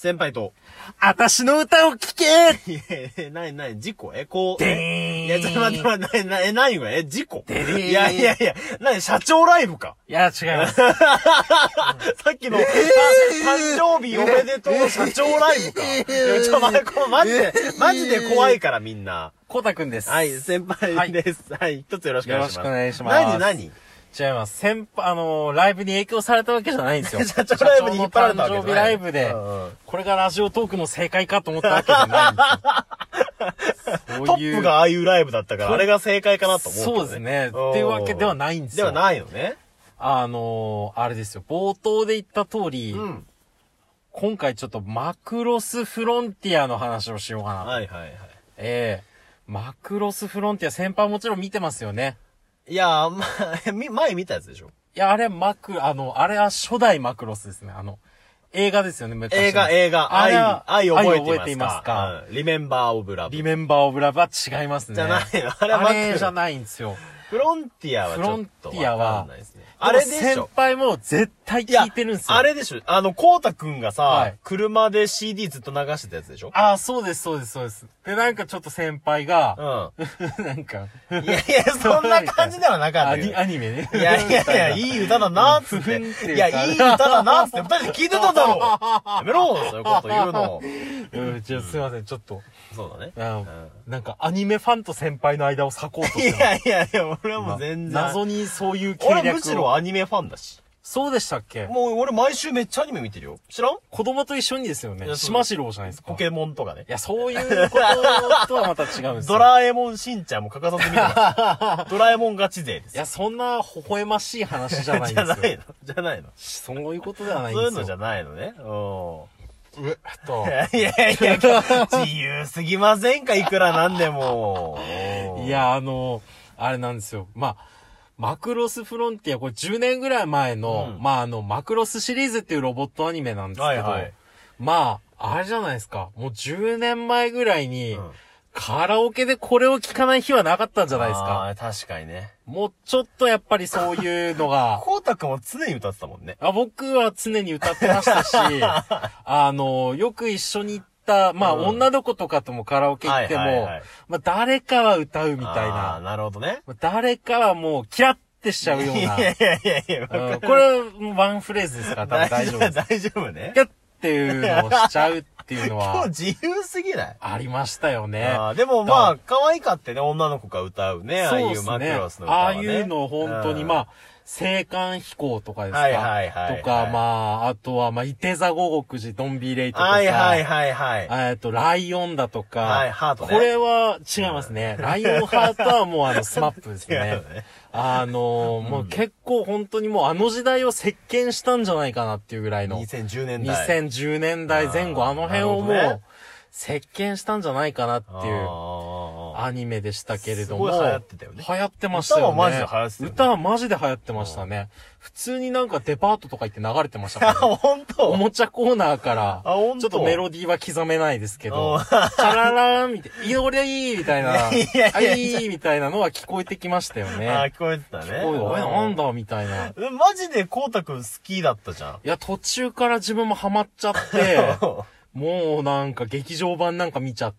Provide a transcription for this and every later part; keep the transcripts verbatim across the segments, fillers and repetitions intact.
先輩と。 私の歌を聴けいや、なになに、事故え、こう。 でーん。 いや、ちょっと待って待って、な、え、なにこれえ、事故ででーん。 いやいやいや、なに、社長ライブか。 いや、違います。 さっきの、誕生日おめでとう社長ライブか。いや、ちょ、ま、こマジで、マジで怖いからみんな。 コタくんです。 はい、先輩です。はい、一つよろしくお願いします。 よろしくお願いします。 何何違います。先輩、あのー、ライブに影響されたわけじゃないんですよ。 社長ライブに引っ張られたわけじゃない。 社長の誕生日ライブで、うんうん、これがラジオトークの正解かと思ったわけじゃないんですよ。そういうトップがああいうライブだったから、あれが正解かなと思う、ね。 そうですね。っていうわけではないんですよ。 ではないのね。 あのー、あれですよ。冒頭で言った通り、うん、今回ちょっとマクロスフロンティアの話をしようかな。 はいはいはい。 ええー、マクロスフロンティア、先輩もちろん見てますよね。 いやー、まあ、前見たやつでしょ。 いや、あれマク、あの、あれは初代マクロスですね。あの、映画ですよね、昔。 映画、映画。愛、愛覚えていますか。 うん、 リメンバーオブラブ。 リメンバーオブラブは違いますね。 じゃないの。 あれはマクロス。あれじゃないんですよ。 フロンティアはちょっとフロンティアは、 あれでしょ。 先輩も絶対聞いてるんですよ。 あれでしょ。あの、コウタくんがさ、はい、車で シーディー ずっと流してたやつでしょ。 ああ、そうです、そうです、そうです。で、なんかちょっと先輩が、うん。なんか、 いやいや、そんな感じではなかったよ。 アニメね。 いやいやいや、いい歌だなーっつって。いや、いい歌だなーっつって二人で聞いてただろやめろそういうこと言うの。 うん、じゃあすいません、ちょっと。 そうだね。 うん。なんかアニメファンと先輩の間を裂こうとしていやいやいや、俺はもう全然。 謎にそういう計略を。 俺むしろアニメファンだし。 そうでしたっけ？ もう俺毎週めっちゃアニメ見てるよ。知らん？ 子供と一緒にですよね。島次郎じゃないですか。 ポケモンとかね。 いや、そういうこととはまた違うんですよ。 ドラえもんしんちゃんも欠かさず見てます。ドラえもんガチ勢です。 いや、そんな微笑ましい話じゃないんですよ。 じゃないのじゃないのそういうことではないんですよ。 そういうのじゃないのね。 うん。うっと。 いやいや、自由すぎませんかいくらなんでも。 いや、あの、あれなんですよ。まあ、マクロスフロンティア、これじゅうねんぐらい前の、うん、まああの、マクロスシリーズっていうロボットアニメなんですけど、はいはい、まあ、あれじゃないですか。もうじゅうねんまえぐらいに、うん、カラオケでこれを聴かない日はなかったんじゃないですか。 ああ、確かにね。 もうちょっとやっぱりそういうのが。 コウタくんは常に歌ってたもんね。 あ、僕は常に歌ってましたし、あの、よく一緒に行って、まあ、うん、女の子とかともカラオケ行っても、はいはいはい、まあ、誰かは歌うみたいな。 ああ、なるほどね。 誰かはもう、キラッてしちゃうような。いやいやいやいや、 うん、これ、ワンフレーズですから、多分大丈夫です。 大丈夫ね。 キャッっていうのをしちゃうっていうのは。 今日自由すぎないありましたよね。 あでもまあ、可愛かってね、女の子が歌うね。ああいうマクロスの歌は、ね。 ああいうの本当に、まあ、青函飛行とかですか、 はいはいはい、はい。 とか、まあ、あとは、まあ、いて座五国寺、ドンビーレイとか。 はいはいはいはい。 えっと、ライオンだとか。 はい、ハートね。 これは違いますね。ライオンハートはもうあの、スマップですね。ねあのー、もう結構本当にもうあの時代を席巻したんじゃないかなっていうぐらいの。 にせんじゅうねんだい。 にせんじゅうねんだいぜん後、あの辺をもう、席巻したんじゃないかなっていうアニメでしたけれども。 すごい流行ってたよね。 流行ってましたよね。 歌はマジで流行ってたよね。 歌はマジで流行ってましたね。普通になんかデパートとか行って流れてましたからね。本当おもちゃコーナーから、ちょっとメロディーは刻めないですけど、チャララーンみたいな、いや俺いいみたいな、あいいみたいなのは聞こえてきましたよね。 あ、聞こえてたね。 聞こえて、なんだみたいな。 マジでコウタくん好きだったじゃん。 いや、途中から自分もハマっちゃって、もうなんか劇場版なんか見ちゃって、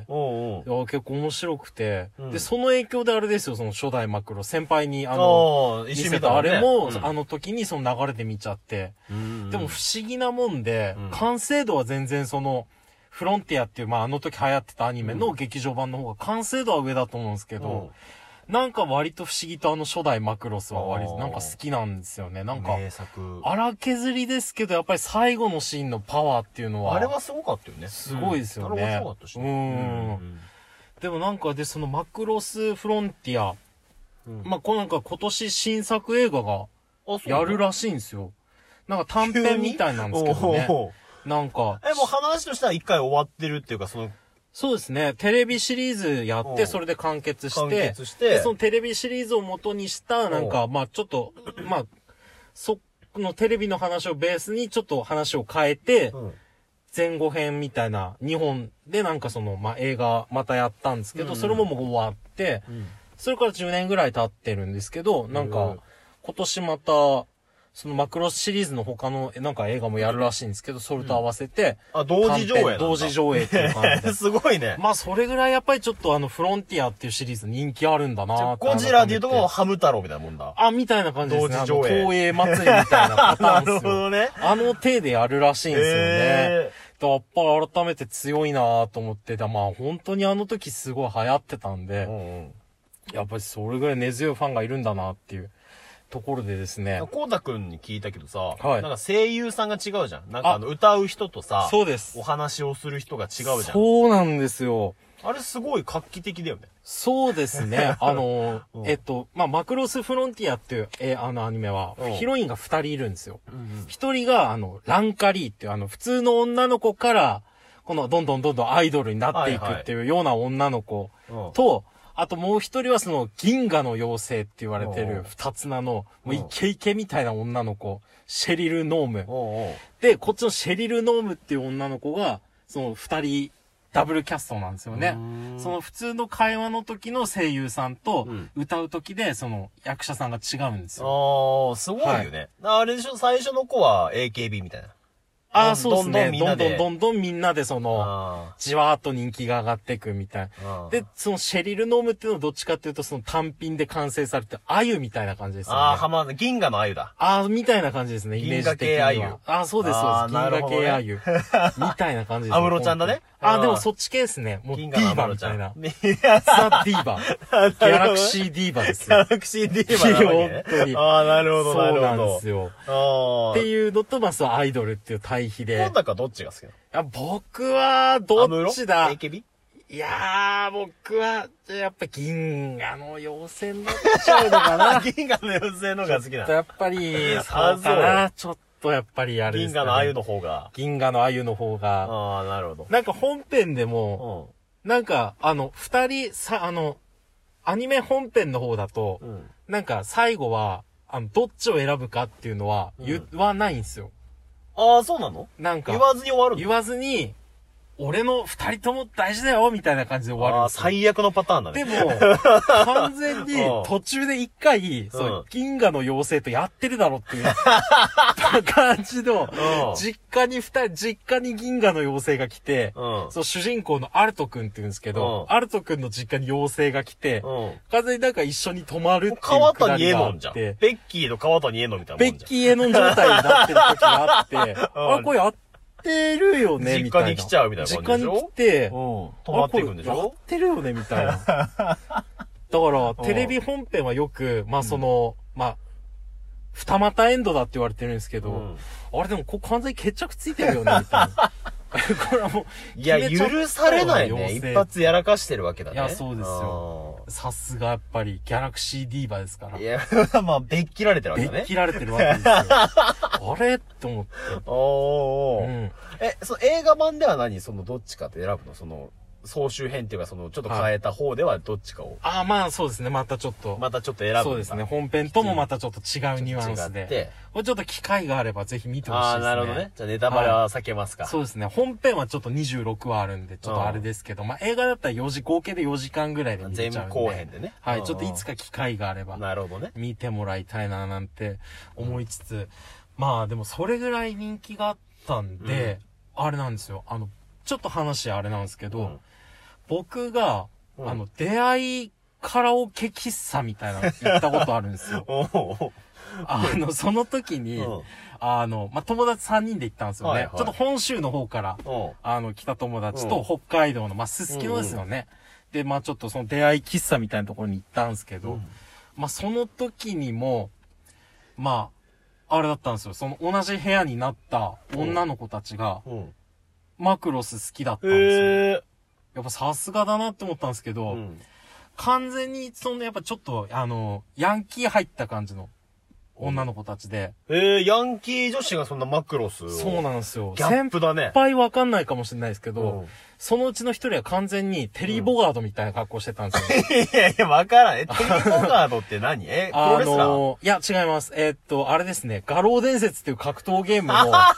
おうおう結構面白くて、うん、で、その影響であれですよ、その初代マクロ、先輩にあの、見せたあれも、うん、あの時にその流れで見ちゃって、うんうん、でも不思議なもんで、うん、完成度は全然その、フロンティアっていう、まああの時流行ってたアニメの劇場版の方が完成度は上だと思うんですけど、うんなんか割と不思議とあの初代マクロスは割となんか好きなんですよね。なんか、 名作。 荒削りですけど、やっぱり最後のシーンのパワーっていうのは。 あれはすごかったよね。 すごいですよね。 あれはすごかったしね。 うん。うん、でもなんかで、そのマクロスフロンティア、うん、まあ、こうなんか今年新作映画がやるらしいんですよ。なんか短編みたいなんですけどね。なんか。 え、もう話としては一回終わってるっていうか、その、 そうですね。テレビシリーズやって、それで完結して、完結して、 で、そのテレビシリーズを元にした、なんか、まあちょっと、まあ、そのテレビの話をベースにちょっと話を変えて、うん、前後編みたいな、にほんでなんかその、まあ映画またやったんですけど、うん、それももう終わって、うん、それからじゅうねんぐらい経ってるんですけど、なんか、今年また、 そのマクロスシリーズの他のなんか映画もやるらしいんですけど、それと合わせて、 うん、あ、同時上映なんだ。 同時上映っていう感じで。 すごいね。 まあそれぐらいやっぱりちょっとあのフロンティアっていうシリーズ人気あるんだなって。 ゴジラでいうとこハム太郎みたいなもんだ。 あ、みたいな感じですね。同時上映。東映祭りみたいなパターンですよ。なるほどね。あの手でやるらしいんですよね。えー、やっぱ改めて強いなと思って、まあ本当にあの時すごい流行ってたんで、うんうん、やっぱりそれぐらい根強いファンがいるんだなっていう。ところでですね。 こうたくんに聞いたけどさ、はい、なんか声優さんが違うじゃん。なんかあの歌う人とさ、 そうです。 お話をする人が違うじゃん。 そうなんですよ。 あれすごい画期的だよね。 そうですね。あの、うん、えっと、まあ、マクロスフロンティアっていう、えー、あのアニメは、うん、ヒロインが二人いるんですよ。一、うんうん、人が、あの、ランカリーっていう、あの、普通の女の子から、この、どんどんどんどんアイドルになっていくっていうような女の子と、はいはい、あともう一人はその銀河の妖精って言われてる二つ名のもうイケイケみたいな女の子、シェリル・ノーム。で、こっちのシェリル・ノームっていう女の子がその二人ダブルキャストなんですよね。その普通の会話の時の声優さんと歌う時でその役者さんが違うんですよ。 ああ、すごいよね。はい、あれでしょ、最初の子は エーケービー みたいな。 ああ、そうですね。どんどんどんどんみんなでその、じわーっと人気が上がっていくみたいな。で、そのシェリル・ノームっていうのはどっちかっていうとその単品で完成されて、アユみたいな感じですよね。 ああ、浜田、銀河のアユだ。 ああ、みたいな感じですね、イメージ的には。銀河系アユ。ああ、そうです、そうです。銀河系アユ。みたいな感じですね。 アムロちゃんだね。 ああ、でもそっち系ですね。もうディーバみたいな。ザ・ディーバ。ギャラクシーディーバですよ。 ギャラクシーディーバなわけね。 本当に。 ああ、なるほど、なるほど。 そうなんですよ。っていうのと、まあ、そう、アイドルっていう対比で。 今度かどっちが好きなの？ いや、僕は、どっちだエーケービー？ いやー、僕は、やっぱ銀河の妖精になっちゃうのかな。 銀河の妖精の方が好きなの？ やっぱり、そうかな。ちょっとやっぱりあれですね。 銀河の鮎の方が。 銀河の鮎の方が。 ああ、なるほど。 なんか本編でも、うん、なんか、あの、二人、さ、あの、アニメ本編の方だと、うん、なんか最後は、あの、どっちを選ぶかっていうのは言わないんですよ。 ああ、そうなの？ なんか。 言わずに終わるの？ 言わずに、俺の二人とも大事だよみたいな感じで終わるんですよ。 ああ、最悪のパターンだね。 でも、完全に途中で一回、うん、そう、銀河の妖精とやってるだろっていう感じの、実家に二人、実家に銀河の妖精が来て、うん、そう、主人公のアルト君って言うんですけど、うん、アルト君の実家に妖精が来て、うん、完全になんか一緒に泊まるっていう川谷絵音じゃん。ベッキーの川谷絵音みたいなもんじゃん。 ベッキー絵音状態になってる時があって、あ、これやってるよね、みたいな。 実家に来ちゃうみたいな感じでしょ？ 実家に来て、 うん、泊まっていくんでしょ？ やってるよね、みたいな。だから、テレビ本編はよく、まあその、うん、まあ、二股エンドだって言われてるんですけど、うん、あれでもここ完全に決着ついてるよね、みたいな。これはもう、 いや、許されないね。一発やらかしてるわけだね。 いや、そうですよ。さすがやっぱり、ギャラクシーディーバですから。 いや、まあ、べっきられてるわけだね。 べっきられてるわけですよ。あれって思って。 おーおー、うん。え、その映画版では何その、どっちかって選ぶのその、総集編っていうか、その、ちょっと変えた方ではどっちかを。 ああ、まあそうですね。またちょっと。 またちょっと選ぶ。 そうですね。本編ともまたちょっと違うニュアンスで。これちょっと機会があればぜひ見てほしいですね。 ああ、なるほどね。じゃあネタバレは避けますか、はい。 そうですね。本編はちょっとにじゅうろくわあるんで、ちょっとあれですけど、まあ映画だったらよじ、合計でよじかんぐらいで見れちゃうんで。 全後編でね。 はい。ちょっといつか機会があれば。 なるほどね。 見てもらいたいななんて思いつつ、うん、まあでもそれぐらい人気があったんで、うん、あれなんですよ。あの、ちょっと話あれなんですけど、うん僕が、うん、あの、出会いカラオケ喫茶みたいなの行ったことあるんですよ。あの、その時に、うん、あの、まあ、友達さんにんで行ったんですよね。はいはい、ちょっと本州の方から、あの、来た友達と北海道の、まあ、すすきのですよね。うんうん、で、まあ、ちょっとその出会い喫茶みたいなところに行ったんですけど、うん、まあ、その時にも、まあ、あれだったんですよ。その同じ部屋になった女の子たちが、うん、マクロス好きだったんですよ。へーやっぱさすがだなって思ったんですけど、うん、完全にそのやっぱちょっとあのヤンキー入った感じの女の子たちで、 うん、えー、ヤンキー女子がそんなマクロスをそうなんですよ。 ギャップだね。 先輩わかんないかもしれないですけど、うん、そのうちの一人は完全にテリー・ボガードみたいな格好してたんですよ。 うん、いやいやわからん。えテリー・ボガードって何？えプロレスラー？ あのー、いや違います。えー、っとあれですね。画廊伝説っていう格闘ゲームの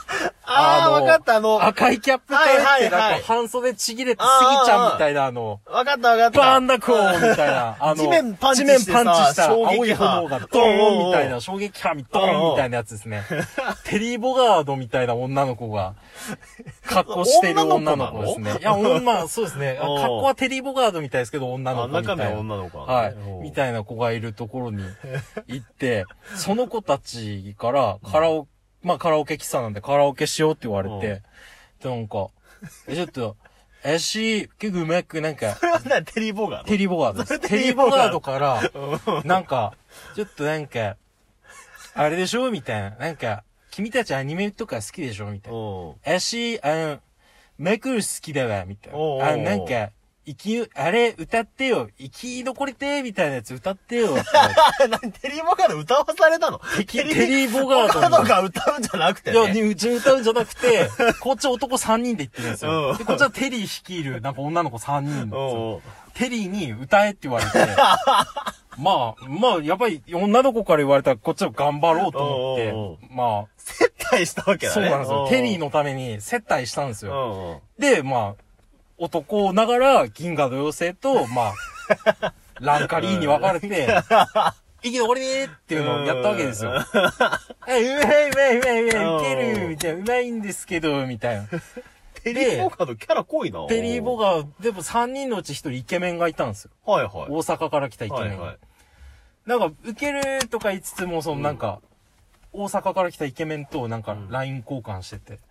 ああ、わかった、あの、 赤いキャップかって、なんか半袖ちぎれてすぎちゃんみたいな、あの、 わかったわかった。 バーンダコーンみたいな、あの、 地面パンチして地面パンチした青い炎がドーンみたいな、衝撃波みドーンみたいなやつですね。テリー・ボガードみたいな女の子が、格好してる女の子ですね。いや、女、そうですね。格好はテリー・ボガードみたいですけど、女の子みたいな。 中身は女の子はい。みたいな子がいるところに行って、その子たちからカラオケ、まあカラオケ喫茶なんでカラオケしようって言われて、で、なんか、え、ちょっと、えし、結構うまくなんか、 それはね、テリーボガードテリーボガードです。テリーボガードから、なんか、ちょっとなんか、あれでしょみたいな。なんか、君たちアニメとか好きでしょみたいな。えし、あの、メクル好きだわ、みたいな。あ、なんか、生き、あれ、歌ってよ。生き残りてーみたいなやつ歌ってよ。 何テリーボガード歌わされたのテリーボガード。 ボガードが歌うんじゃなくてね。 いや、うち歌うんじゃなくて、こっち男さんにんで行ってるんですよ。で、こっちはテリー率いる、なんか女の子さんにんですよ。テリーに歌えって言われて、まあ、まあ、やっぱり女の子から言われたらこっちは頑張ろうと思って、まあ。 接待したわけだね。 そうなんですよ。テリーのために接待したんですよ。で、まあ、男ながら銀河の妖精と、まあ、ランカリーに分かれて、生き残りねーっていうのをやったわけですよ。え、うまいうまいうまいうまい、ウケるみたいな、うまいんですけど、みたいな。 テリー・ボガードキャラ濃いな。 テリー・ボガード、でもさんにんのうちひとりイケメンがいたんですよ。 はいはい。大阪から来たイケメン。はいはい。なんか、ウケるとか言いつつも、そのなんか、うん、大阪から来たイケメンとなんか ライン 交換してて。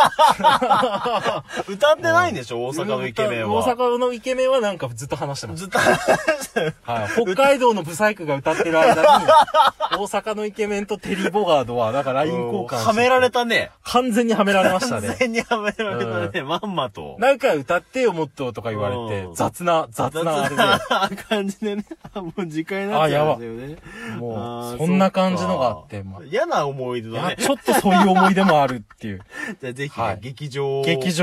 歌ってないんでしょ大阪のイケメンは。 大阪のイケメンはなんかずっと話してます。 ずっと話してる。 はい。北海道のブサイクが歌ってる間に、大阪のイケメンとテリー・ボガードは、なんか ライン 交換して。 はめられたね。 完全にはめられましたね。 完全にはめられたね。まんまと。 なんか歌ってよもっととか言われて、雑な、雑なあれで。 感じでね。もう時間になっちゃうんだよね。 もう、そんな感じのがあって。 嫌な思い出だね。 ちょっとそういう思い出もあるっていう。 じゃあぜひ、劇場。 劇場。